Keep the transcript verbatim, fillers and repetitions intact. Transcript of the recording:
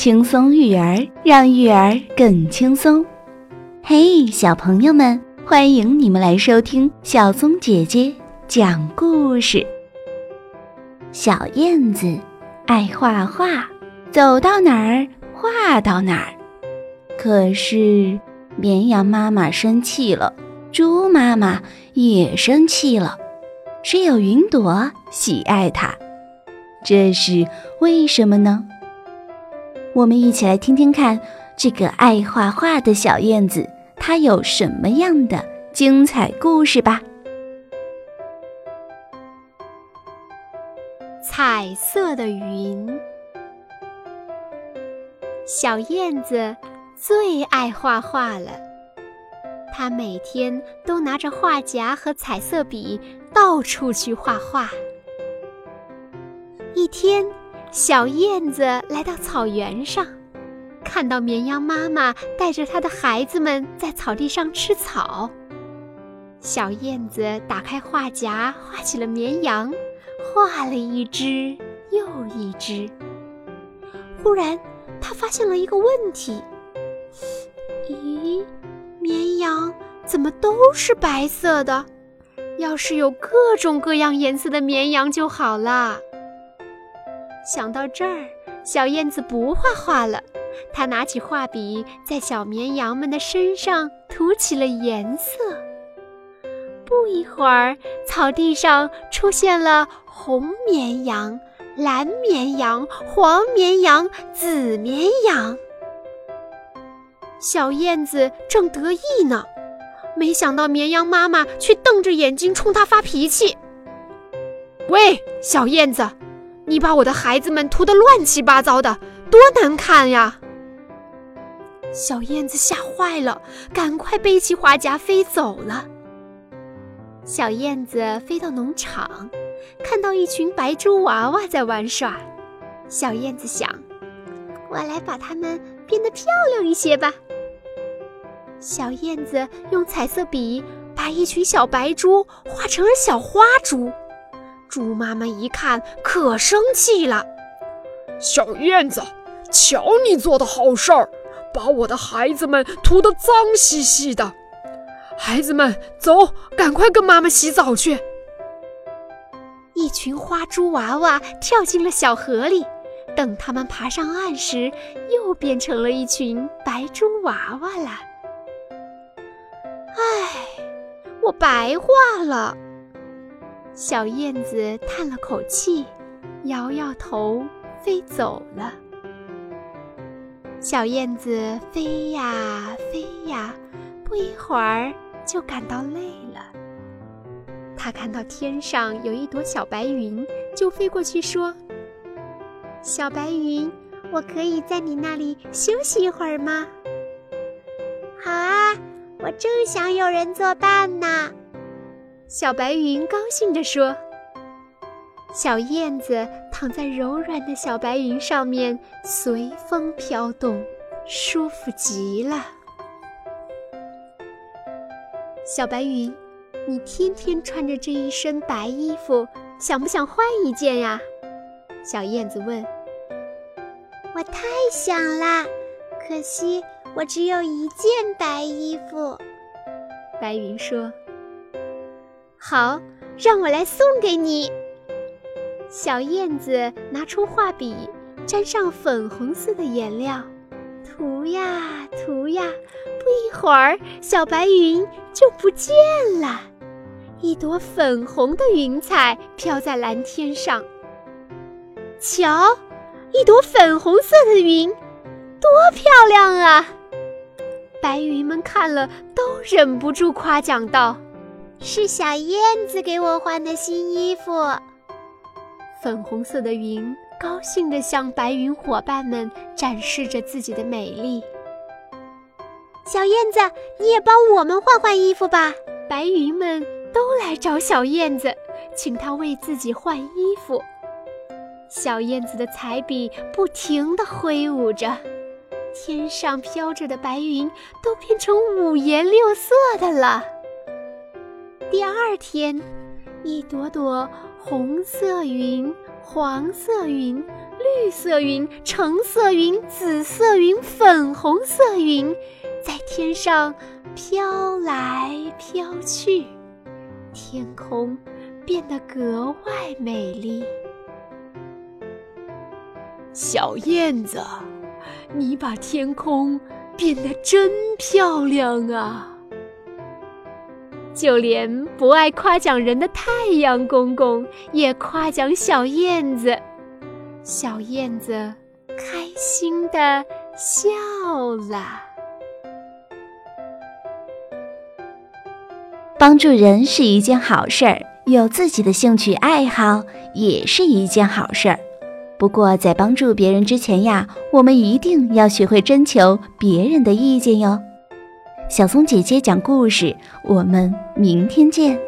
轻松育儿，让育儿更轻松。嘿，小朋友们，欢迎你们来收听小松姐姐讲故事。小燕子爱画画，走到哪儿画到哪儿。可是绵羊妈妈生气了，猪妈妈也生气了，只有云朵喜爱它。这是为什么呢？我们一起来听听看，这个爱画画的小燕子，它有什么样的精彩故事吧。 彩色的云。小燕子最爱画画了，她每天都拿着画夹和彩色笔到处去画画。一天，小燕子来到草原上，看到绵羊妈妈带着她的孩子们在草地上吃草。小燕子打开画夹，画起了绵羊，画了一只又一只。忽然，她发现了一个问题：咦，绵羊怎么都是白色的？要是有各种各样颜色的绵羊就好了。想到这儿，小燕子不画画了，她拿起画笔，在小绵羊们的身上涂起了颜色。不一会儿，草地上出现了红绵羊、蓝绵羊、黄绵羊、紫绵羊。小燕子正得意呢，没想到绵羊妈妈却瞪着眼睛冲她发脾气：喂，小燕子，你把我的孩子们涂得乱七八糟的，多难看呀！小燕子吓坏了，赶快背起画夹飞走了。小燕子飞到农场，看到一群白猪娃娃在玩耍。小燕子想，我来把它们变得漂亮一些吧。小燕子用彩色笔把一群小白猪画成了小花猪。猪妈妈一看，可生气了： 小燕子，瞧你做的好事儿，把我的孩子们涂得脏兮兮的。孩子们，走，赶快跟妈妈洗澡去。 一群花猪娃娃跳进了小河里，等他们爬上岸时，又变成了一群白猪娃娃了。唉，我白画了。小燕子叹了口气，摇摇头，飞走了。小燕子飞呀飞呀，不一会儿就感到累了。她看到天上有一朵小白云，就飞过去说：小白云，我可以在你那里休息一会儿吗？好啊，我正想有人作伴呢。小白云高兴地说。小燕子躺在柔软的小白云上面，随风飘动，舒服极了。小白云，你天天穿着这一身白衣服，想不想换一件呀？小燕子问。我太想啦，可惜我只有一件白衣服。白云说。好，让我来送给你。小燕子拿出画笔，沾上粉红色的颜料，涂呀涂呀，不一会儿，小白云就不见了。一朵粉红的云彩飘在蓝天上。瞧，一朵粉红色的云，多漂亮啊！白云们看了都忍不住夸奖道：是小燕子给我换的新衣服。粉红色的云高兴地向白云伙伴们展示着自己的美丽。小燕子，你也帮我们换换衣服吧。白云们都来找小燕子，请她为自己换衣服。小燕子的彩笔不停地挥舞着，天上飘着的白云都变成五颜六色的了。第二天，一朵朵红色云、黄色云、 绿色云、橙色云、紫色云、粉红色云在天上飘来飘去，天空变得格外美丽。小燕子，你把天空变得真漂亮啊！就连不爱夸奖人的太阳公公也夸奖小燕子，小燕子开心地笑了。 帮助人是一件好事儿，有自己的兴趣爱好也是一件好事儿。不过在帮助别人之前呀，我们一定要学会征求别人的意见哟。小松姐姐讲故事，我们明天见。